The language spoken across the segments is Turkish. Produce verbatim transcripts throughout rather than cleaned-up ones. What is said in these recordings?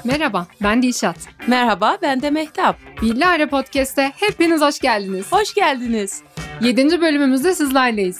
Merhaba, ben Dilşat. Merhaba, ben de Mehtap. Bilare Podcast'e hepiniz hoş geldiniz. Hoş geldiniz. yedinci bölümümüzde sizlerleyiz.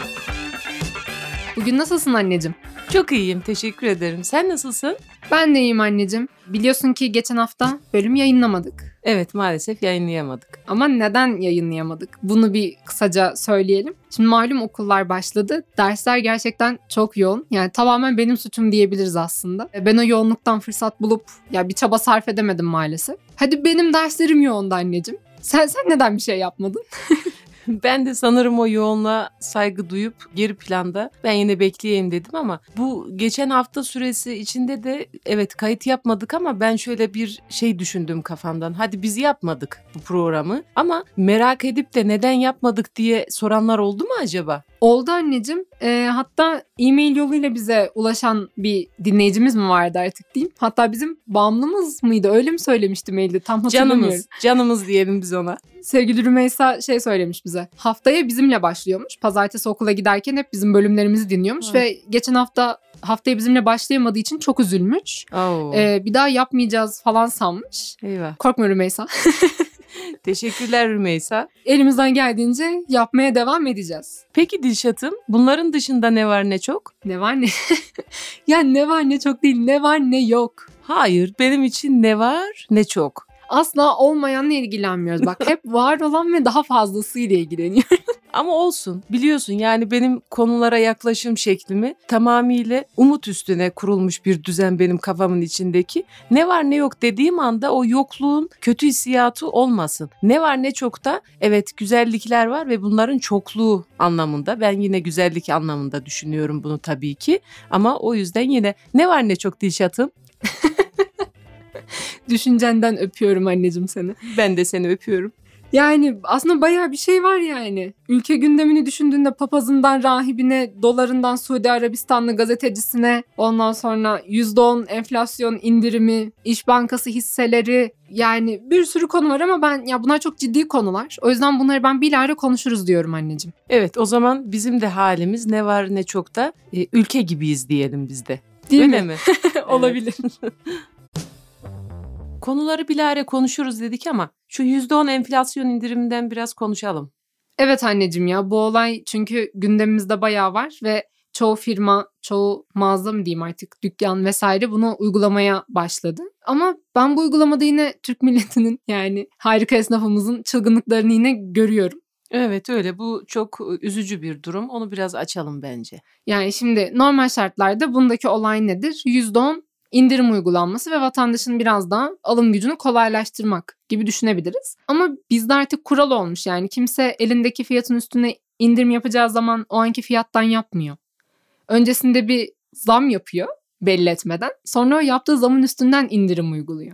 Bugün nasılsın anneciğim? Çok iyiyim, teşekkür ederim. Sen nasılsın? Ben de iyiyim anneciğim. Biliyorsun ki geçen hafta bölüm yayınlamadık. Evet, maalesef yayınlayamadık. Ama neden yayınlayamadık? Bunu bir kısaca söyleyelim. Şimdi malum okullar başladı. Dersler gerçekten çok yoğun. Yani tamamen benim suçum diyebiliriz aslında. Ben o yoğunluktan fırsat bulup ya bir çaba sarf edemedim maalesef. Hadi benim derslerim yoğundu anneciğim. Sen sen neden bir şey yapmadın? Ben de sanırım o yoğunluğa saygı duyup geri planda ben yine bekleyeyim dedim ama bu geçen hafta süresi içinde de evet kayıt yapmadık ama ben şöyle bir şey düşündüm kafamdan. Hadi biz yapmadık bu programı ama merak edip de neden yapmadık diye soranlar oldu mu acaba? Oldu anneciğim. E, hatta e-mail yoluyla bize ulaşan bir dinleyicimiz mi vardı artık diyeyim. Hatta bizim bağımlımız mıydı? Öyle mi söylemişti mailde? Tam hatırlamıyorum. Canımız, canımız diyelim biz ona. Sevgili Rümeysa şey söylemiş bize. Haftaya bizimle başlıyormuş. Pazartesi okula giderken hep bizim bölümlerimizi dinliyormuş. Evet. Ve geçen hafta haftaya bizimle başlayamadığı için çok üzülmüş. Oh. E, bir daha yapmayacağız falan sanmış. Eyvah. Korkma Rümeysa. Teşekkürler Rümeysa. Elimizden geldiğince yapmaya devam edeceğiz. Peki Dilşat'ım, bunların dışında ne var ne çok? Ne var ne? Ya ne var ne çok değil, ne var ne yok. Hayır, benim için ne var ne çok. Asla olmayanla ilgilenmiyoruz. Bak hep var olan ve daha fazlasıyla ilgileniyoruz. Ama olsun, biliyorsun yani benim konulara yaklaşım şeklimi tamamıyla umut üstüne kurulmuş bir düzen benim kafamın içindeki. Ne var ne yok dediğim anda o yokluğun kötü hissiyatı olmasın. Ne var ne çok da evet güzellikler var ve bunların çokluğu anlamında. Ben yine güzellik anlamında düşünüyorum bunu tabii ki. Ama o yüzden yine ne var ne çok Dilşat'ım. Düşüncenden öpüyorum anneciğim seni. Ben de seni öpüyorum. Yani aslında bayağı bir şey var yani. Ülke gündemini düşündüğünde papazından rahibine, dolarından Suudi Arabistanlı gazetecisine, ondan sonra yüzde on enflasyon indirimi, İş Bankası hisseleri, yani bir sürü konu var ama ben ya bunlar çok ciddi konular. O yüzden bunları ben bilahare konuşuruz diyorum anneciğim. Evet, o zaman bizim de halimiz ne var ne çok da e, ülke gibiyiz diyelim biz de. Değil Öyle mi? mi? Olabilir. Konuları bilahare konuşuruz dedik ama şu yüzde on enflasyon indiriminden biraz konuşalım. Evet anneciğim ya bu olay çünkü gündemimizde bayağı var ve çoğu firma, çoğu mağaza mı diyeyim artık dükkan vesaire bunu uygulamaya başladı. Ama ben bu uygulamada yine Türk milletinin yani harika esnafımızın çılgınlıklarını yine görüyorum. Evet öyle, bu çok üzücü bir durum, onu biraz açalım bence. Yani şimdi normal şartlarda bundaki olay nedir? yüzde on indirim uygulanması ve vatandaşın biraz daha alım gücünü kolaylaştırmak gibi düşünebiliriz. Ama bizde artık kural olmuş yani kimse elindeki fiyatın üstüne indirim yapacağı zaman o anki fiyattan yapmıyor. Öncesinde bir zam yapıyor belli etmeden, sonra o yaptığı zamın üstünden indirim uyguluyor.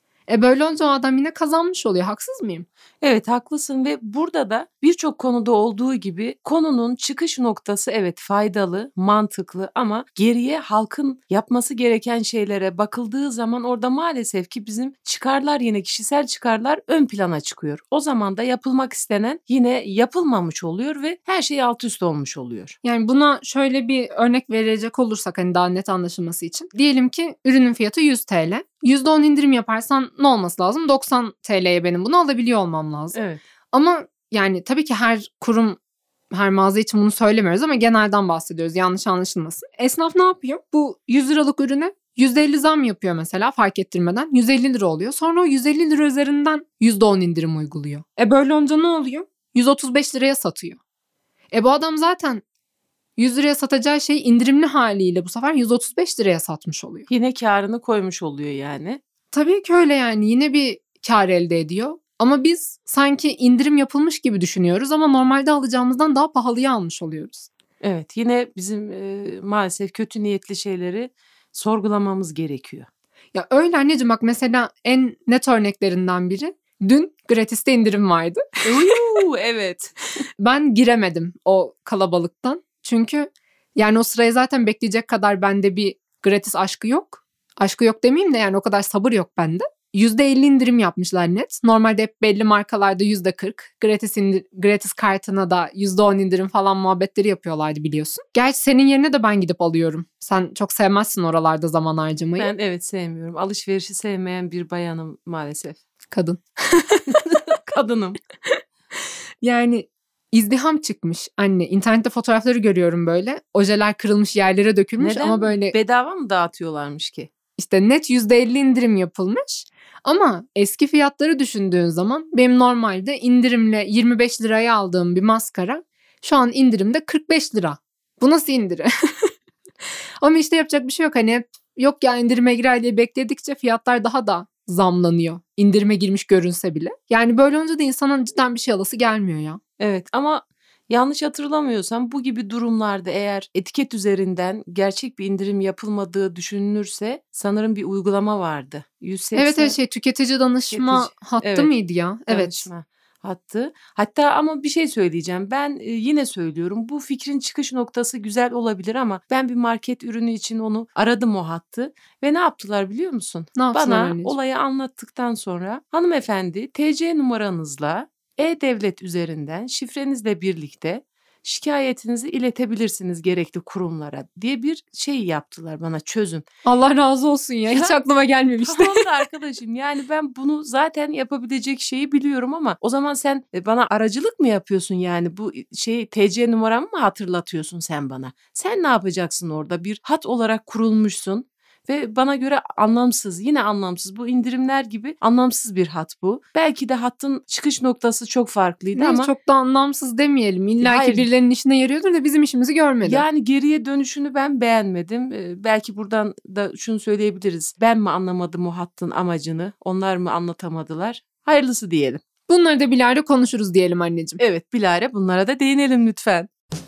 E böyle olunca o adam yine kazanmış oluyor. Haksız mıyım? Evet haklısın ve burada da birçok konuda olduğu gibi konunun çıkış noktası evet faydalı, mantıklı ama geriye halkın yapması gereken şeylere bakıldığı zaman orada maalesef ki bizim çıkarlar, yine kişisel çıkarlar ön plana çıkıyor. O zaman da yapılmak istenen yine yapılmamış oluyor ve her şey alt üst olmuş oluyor. Yani buna şöyle bir örnek verecek olursak hani daha net anlaşılması için. Diyelim ki ürünün fiyatı yüz TL. yüzde on indirim yaparsan ne olması lazım? doksan TL'ye benim bunu alabiliyor olmam lazım. Evet. Ama yani tabii ki her kurum, her mağaza için bunu söylemiyoruz ama genelden bahsediyoruz. Yanlış anlaşılmasın. Esnaf ne yapıyor? Bu yüz liralık ürüne yüzde elli zam yapıyor mesela fark ettirmeden. yüz elli lira oluyor. Sonra o yüz elli lira üzerinden yüzde on indirim uyguluyor. E böyle olunca ne oluyor? yüz otuz beş liraya satıyor. E bu adam zaten yüz liraya satacağı şey indirimli haliyle bu sefer yüz otuz beş liraya satmış oluyor. Yine karını koymuş oluyor yani. Tabii ki öyle yani yine bir kar elde ediyor. Ama biz sanki indirim yapılmış gibi düşünüyoruz ama normalde alacağımızdan daha pahalıya almış oluyoruz. Evet yine bizim e, maalesef kötü niyetli şeyleri sorgulamamız gerekiyor. Ya öyle anneciğim bak mesela en net örneklerinden biri dün gratiste indirim vardı. Uyuu, evet. Ben giremedim o kalabalıktan. Çünkü yani o sıraya zaten bekleyecek kadar bende bir gratis aşkı yok. Aşkı yok demeyeyim de yani o kadar sabır yok bende. yüzde elli indirim yapmışlar net. Normalde hep belli markalarda yüzde kırk. Gratis, indir- gratis kartına da yüzde on indirim falan muhabbetleri yapıyorlardı biliyorsun. Gerçi senin yerine de ben gidip alıyorum. Sen çok sevmezsin oralarda zaman harcamayı. Ben evet sevmiyorum. Alışverişi sevmeyen bir bayanım maalesef. Kadın. Kadınım. Yani izdiham çıkmış anne. İnternette fotoğrafları görüyorum böyle. Ojeler kırılmış, yerlere dökülmüş. Neden? Ama böyle Bedava mı dağıtıyorlarmış ki? işte net yüzde elli indirim yapılmış. Ama eski fiyatları düşündüğün zaman benim normalde indirimle yirmi beş liraya aldığım bir maskara şu an indirimde kırk beş lira. Bu nasıl indirim? Ama işte yapacak bir şey yok. Hani hep yok ya indirime girer diye bekledikçe fiyatlar daha da zamlanıyor. İndirime girmiş görünse bile. Yani böyle olunca da insanın cidden bir şey alası gelmiyor ya. Evet ama yanlış hatırlamıyorsam bu gibi durumlarda eğer etiket üzerinden gerçek bir indirim yapılmadığı düşünülürse sanırım bir uygulama vardı. yüz seksen Evet evet şey tüketici danışma Tüketici. hattı Evet, mıydı ya? Evet. danışma hattı. Hatta ama bir şey söyleyeceğim. Ben e, yine söylüyorum. Bu fikrin çıkış noktası güzel olabilir ama ben bir market ürünü için onu aradım o hattı ve ne yaptılar biliyor musun? Ne yaptılar Bana anneciğim? olayı anlattıktan sonra hanımefendi T C numaranızla e-devlet üzerinden şifrenizle birlikte şikayetinizi iletebilirsiniz gerekli kurumlara diye bir şey yaptılar bana çözüm. Allah razı olsun ya. Hiç Ya, aklıma gelmemişti. Tamam da arkadaşım yani ben bunu zaten yapabilecek şeyi biliyorum ama o zaman sen e, bana aracılık mı yapıyorsun yani bu şey T C numaramı mı hatırlatıyorsun sen bana? Sen ne yapacaksın orada? Bir hat olarak kurulmuşsun. Ve bana göre anlamsız, yine anlamsız. Bu indirimler gibi anlamsız bir hat bu. Belki de hattın çıkış noktası çok farklıydı Neyse ama çok da anlamsız demeyelim. İlla ki hayır. birilerinin işine yarıyordur da bizim işimizi görmedi. Yani geriye dönüşünü ben beğenmedim. Ee, belki buradan da şunu söyleyebiliriz. Ben mi anlamadım o hattın amacını? Onlar mı anlatamadılar? Hayırlısı diyelim. Bunları da bilahare konuşuruz diyelim anneciğim. Evet Bilare bunlara da değinelim lütfen.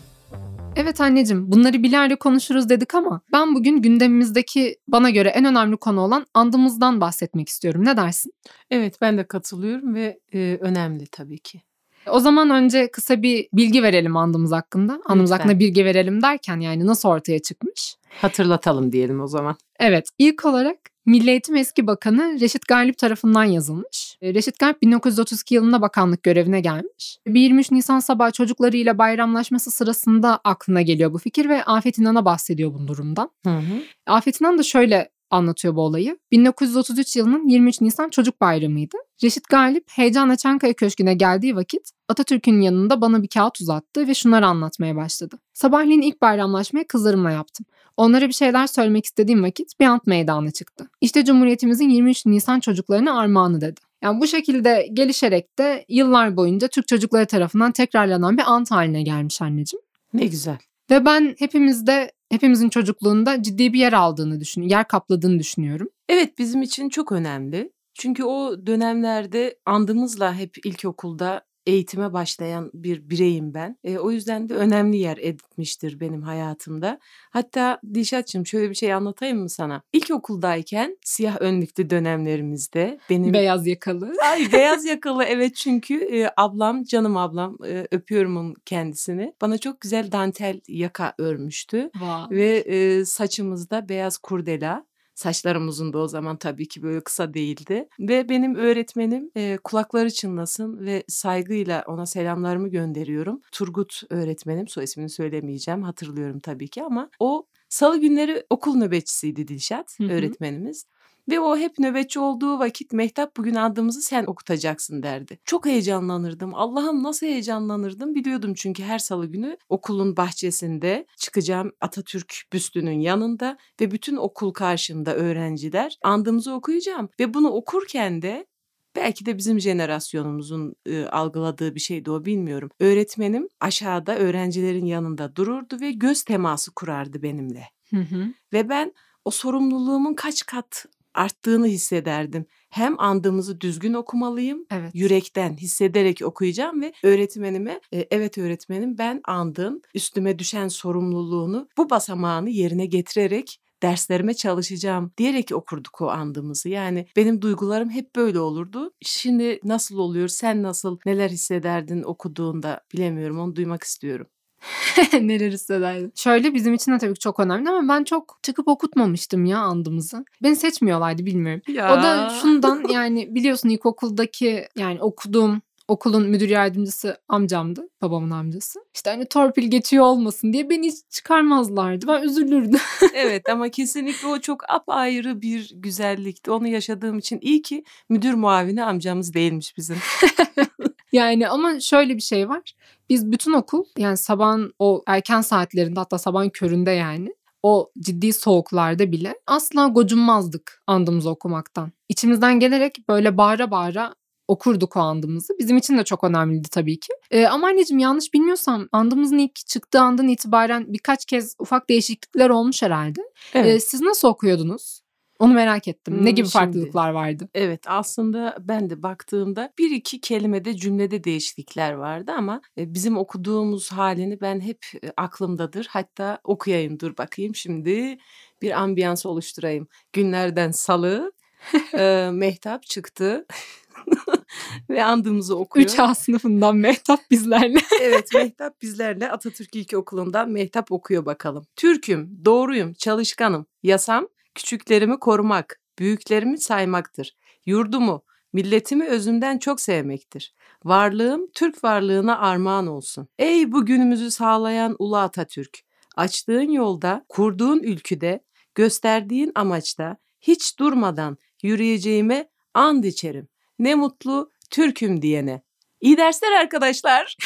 Evet anneciğim bunları bilahare konuşuruz dedik ama ben bugün gündemimizdeki bana göre en önemli konu olan andımızdan bahsetmek istiyorum. Ne dersin? Evet ben de katılıyorum ve e, önemli tabii ki. O zaman önce kısa bir bilgi verelim andımız hakkında. Andımız Lütfen. hakkında bilgi verelim derken yani nasıl ortaya çıkmış? Hatırlatalım diyelim o zaman. Evet, ilk olarak Milli Eğitim eski bakanı Reşit Galip tarafından yazılmış. Reşit Galip bin dokuz yüz otuz iki yılında bakanlık görevine gelmiş. Bir yirmi üç Nisan sabahı çocuklarıyla bayramlaşması sırasında aklına geliyor bu fikir ve Afet İnan'a bahsediyor bu durumdan. Hı hı. Afet İnan da şöyle anlatıyor bu olayı. bin dokuz yüz otuz üç yılının yirmi üç Nisan Çocuk Bayramı'ydı. Reşit Galip heyecanla Çankaya Köşkü'ne geldiği vakit Atatürk'ün yanında bana bir kağıt uzattı ve şunları anlatmaya başladı. Sabahleyin ilk bayramlaşmayı kızlarımla yaptım. Onlara bir şeyler söylemek istediğim vakit bir ant meydana çıktı. İşte Cumhuriyetimizin yirmi üç Nisan çocuklarına armağanı dedi. Yani bu şekilde gelişerek de yıllar boyunca Türk çocukları tarafından tekrarlanan bir ant haline gelmiş anneciğim. Ne güzel. Ve ben hepimizde, hepimizin çocukluğunda ciddi bir yer aldığını düşünüyorum, yer kapladığını düşünüyorum. Evet bizim için çok önemli. Çünkü o dönemlerde andımızla hep ilkokulda eğitime başlayan bir bireyim ben. E, o yüzden de önemli yer etmiştir benim hayatımda. Hatta Dilşat'cığım şöyle bir şey anlatayım mı sana? İlkokuldayken siyah önlüklü dönemlerimizde benim... Beyaz yakalı. Ay beyaz yakalı evet çünkü e, ablam canım ablam e, öpüyorum onun kendisini. Bana çok güzel dantel yaka örmüştü. Wow. Ve e, saçımızda beyaz kurdela. Saçlarım uzundu o zaman tabii ki böyle kısa değildi. Ve benim öğretmenim e, kulakları çınlasın ve saygıyla ona selamlarımı gönderiyorum. Turgut öğretmenim, soy ismini söylemeyeceğim hatırlıyorum tabii ki ama o salı günleri okul nöbetçisiydi Dilşat Hı hı. öğretmenimiz. Ve o hep nöbetçi olduğu vakit Mehtap bugün andımızı sen okutacaksın derdi. Çok heyecanlanırdım. Allah'ım nasıl heyecanlanırdım biliyordum çünkü her salı günü okulun bahçesinde çıkacağım Atatürk büstünün yanında ve bütün okul karşımda öğrenciler andımızı okuyacağım. Ve bunu okurken de belki de bizim jenerasyonumuzun e, algıladığı bir şeydi o bilmiyorum. Öğretmenim aşağıda öğrencilerin yanında dururdu ve göz teması kurardı benimle. Hı hı. Ve ben o sorumluluğumun kaç kat arttığını hissederdim. Hem andığımızı düzgün okumalıyım, Evet. yürekten hissederek okuyacağım ve öğretmenime e, evet öğretmenim ben andın üstüme düşen sorumluluğunu bu basamağını yerine getirerek derslerime çalışacağım diyerek okurduk o andımızı. Yani benim duygularım hep böyle olurdu. Şimdi nasıl oluyor, sen nasıl, neler hissederdin okuduğunda bilemiyorum onu duymak istiyorum. Neler hissederdim. Şöyle bizim için de tabii ki çok önemli ama ben çok çıkıp okutmamıştım ya andımızı. Beni seçmiyorlardı bilmiyorum. Ya. O da şundan yani biliyorsun ilkokuldaki yani okuduğum okulun müdür yardımcısı amcamdı. Babamın amcası. İşte hani torpil geçiyor olmasın diye beni hiç çıkarmazlardı. Ben üzülürdüm. Evet ama kesinlikle o çok apayrı bir güzellikti. Onu yaşadığım için iyi ki müdür muavini amcamız değilmiş bizim. Yani ama şöyle bir şey var. Biz bütün okul yani sabahın o erken saatlerinde hatta sabahın köründe yani o ciddi soğuklarda bile asla gocunmazdık andımızı okumaktan. İçimizden gelerek böyle bağıra bağıra okurduk o andımızı. Bizim için de çok önemliydi tabii ki. Ee, ama anneciğim yanlış bilmiyorsam andımızın ilk çıktığı andan itibaren birkaç kez ufak değişiklikler olmuş herhalde. Evet. Ee, siz nasıl okuyordunuz? Onu merak ettim. Hmm, ne gibi şimdi, farklılıklar vardı? Evet aslında ben de baktığımda bir iki kelimede cümlede değişiklikler vardı ama bizim okuduğumuz halini ben hep aklımdadır. Hatta okuyayım dur bakayım şimdi bir ambiyans oluşturayım. Günlerden salı e, Mehtap çıktı. Ve andımızı okuyor. üç A sınıfından Mehtap bizlerle. Evet Mehtap bizlerle Atatürk İlkokulu'ndan Mehtap okuyor bakalım. Türk'üm, doğruyum, çalışkanım. Yasam küçüklerimi korumak, büyüklerimi saymaktır. Yurdumu, milletimi özümden çok sevmektir. Varlığım Türk varlığına armağan olsun. Ey bugünümüzü sağlayan Ulu Atatürk! Açtığın yolda, kurduğun ülküde, gösterdiğin amaçta hiç durmadan yürüyeceğime and içerim. Ne mutlu Türk'üm diyene. İyi dersler arkadaşlar.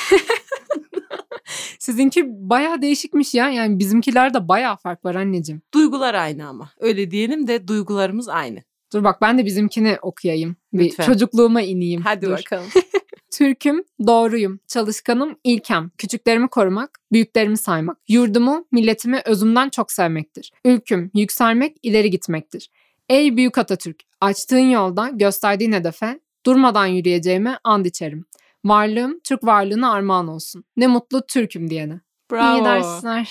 Sizinki bayağı değişikmiş ya. Yani bizimkilerde bayağı fark var anneciğim. Duygular aynı ama. Öyle diyelim de duygularımız aynı. Dur bak ben de bizimkini okuyayım. Bir Lütfen. çocukluğuma ineyim. Hadi Dur. bakalım. Türk'üm, doğruyum, çalışkanım, ilkem. Küçüklerimi korumak, büyüklerimi saymak. Yurdumu, milletimi özümden çok sevmektir. Ülküm, yükselmek, ileri gitmektir. Ey büyük Atatürk, açtığın yolda, gösterdiğin hedefe durmadan yürüyeceğime and içerim. Varlığım Türk varlığına armağan olsun. Ne mutlu Türk'üm diyene. Bravo. İyi dersler.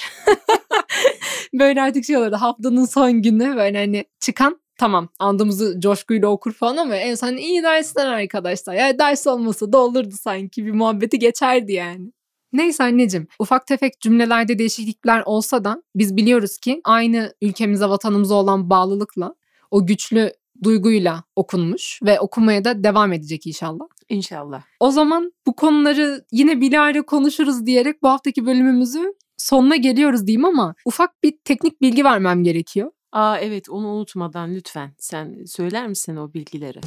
Böyle artık şey olurdu. Haftanın son günü böyle hani çıkan tamam andımızı coşkuyla okur falan ama en son iyi dersler arkadaşlar. Ya ders olmasa da olurdu sanki bir muhabbeti geçerdi yani. Neyse anneciğim ufak tefek cümlelerde değişiklikler olsa da biz biliyoruz ki aynı ülkemize vatanımıza olan bağlılıkla o güçlü duyguyla okunmuş ve okumaya da devam edecek inşallah. İnşallah. O zaman bu konuları yine bilahare konuşuruz diyerek bu haftaki bölümümüzü sonuna geliyoruz diyeyim ama ufak bir teknik bilgi vermem gerekiyor. Aa evet onu unutmadan lütfen sen söyler misin o bilgileri?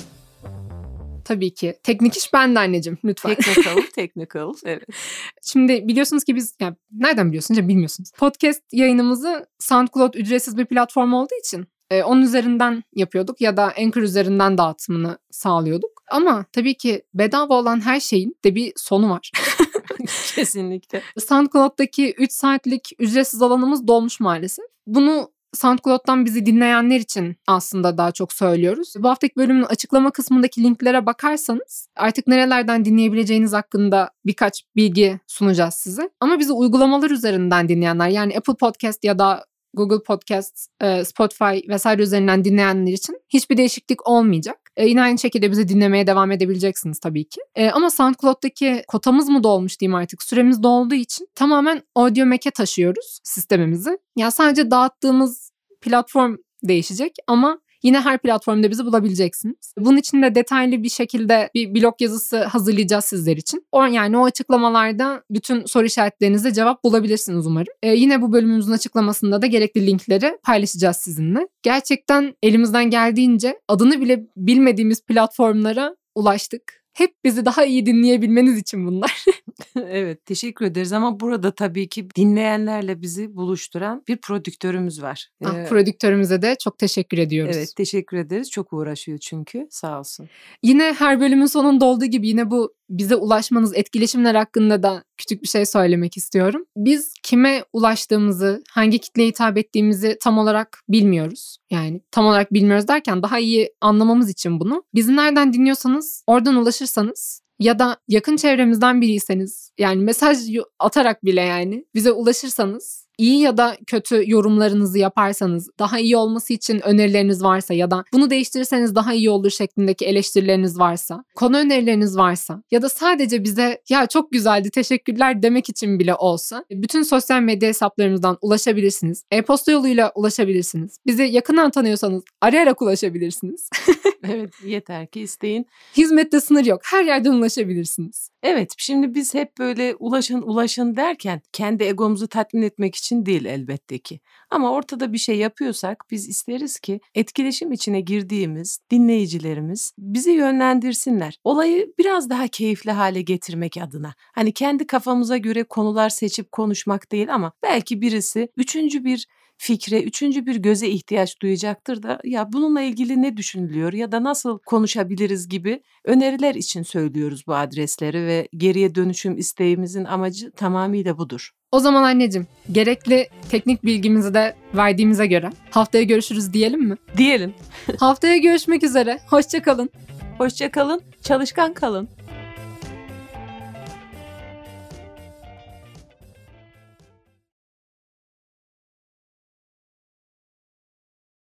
Tabii ki. Teknik iş bende anneciğim lütfen. Technical, technical evet. Şimdi biliyorsunuz ki biz yani nereden biliyorsunuz ya bilmiyorsunuz. Podcast yayınımızı SoundCloud ücretsiz bir platform olduğu için e, onun üzerinden yapıyorduk ya da Anchor üzerinden dağıtımını sağlıyorduk. Ama tabii ki bedava olan her şeyin de bir sonu var. Kesinlikle. SoundCloud'daki üç saatlik ücretsiz alanımız dolmuş maalesef. Bunu SoundCloud'dan bizi dinleyenler için aslında daha çok söylüyoruz. Bu haftaki bölümün açıklama kısmındaki linklere bakarsanız artık nerelerden dinleyebileceğiniz hakkında birkaç bilgi sunacağız size. Ama bizi uygulamalar üzerinden dinleyenler yani Apple Podcast ya da Google Podcast, Spotify vesaire üzerinden dinleyenler için hiçbir değişiklik olmayacak. E, yine aynı şekilde bizi dinlemeye devam edebileceksiniz tabii ki. E, ama SoundCloud'daki kotamız mı dolmuş diyeyim artık süremiz dolduğu için tamamen Audio Mac'e taşıyoruz sistemimizi. Yani sadece dağıttığımız platform değişecek ama yine her platformda bizi bulabileceksiniz. Bunun için de detaylı bir şekilde bir blog yazısı hazırlayacağız sizler için. O yani o açıklamalarda bütün soru işaretlerinize cevap bulabilirsiniz umarım. Ee, yine bu bölümümüzün açıklamasında da gerekli linkleri paylaşacağız sizinle. Gerçekten elimizden geldiğince adını bile bilmediğimiz platformlara ulaştık. Hep bizi daha iyi dinleyebilmeniz için bunlar. Evet teşekkür ederiz ama burada tabii ki dinleyenlerle bizi buluşturan bir prodüktörümüz var. Ah, ee, prodüktörümüze de çok teşekkür ediyoruz. Evet teşekkür ederiz. Çok uğraşıyor çünkü sağ olsun. Yine her bölümün sonunda olduğu gibi yine bu bize ulaşmanız, etkileşimler hakkında da küçük bir şey söylemek istiyorum. Biz kime ulaştığımızı, hangi kitleye hitap ettiğimizi tam olarak bilmiyoruz. Yani tam olarak bilmiyoruz derken daha iyi anlamamız için bunu. Bizi nereden dinliyorsanız oradan ulaşırsanız ya da yakın çevremizden biriyseniz yani mesaj atarak bile yani bize ulaşırsanız iyi ya da kötü yorumlarınızı yaparsanız, daha iyi olması için önerileriniz varsa ya da bunu değiştirirseniz daha iyi olur şeklindeki eleştirileriniz varsa, konu önerileriniz varsa ya da sadece bize ya çok güzeldi teşekkürler demek için bile olsa bütün sosyal medya hesaplarımızdan ulaşabilirsiniz. E-posta yoluyla ulaşabilirsiniz. Bizi yakından tanıyorsanız arayarak ulaşabilirsiniz. Evet, yeter ki isteyin. Hizmette sınır yok. Her yerden ulaşabilirsiniz. Evet, şimdi biz hep böyle ulaşın ulaşın derken kendi egomuzu tatmin etmek için değil elbette ki. Ama ortada bir şey yapıyorsak biz isteriz ki etkileşim içine girdiğimiz dinleyicilerimiz bizi yönlendirsinler. Olayı biraz daha keyifli hale getirmek adına. Hani kendi kafamıza göre konular seçip konuşmak değil ama belki birisi üçüncü bir fikre, üçüncü bir göze ihtiyaç duyacaktır da ya bununla ilgili ne düşünülüyor ya da nasıl konuşabiliriz gibi öneriler için söylüyoruz bu adresleri ve geriye dönüşüm isteğimizin amacı tamamıyla budur. O zaman anneciğim, gerekli teknik bilgimizi de verdiğimize göre haftaya görüşürüz diyelim mi? Diyelim. Haftaya görüşmek üzere. Hoşça kalın. Hoşça kalın, çalışkan kalın.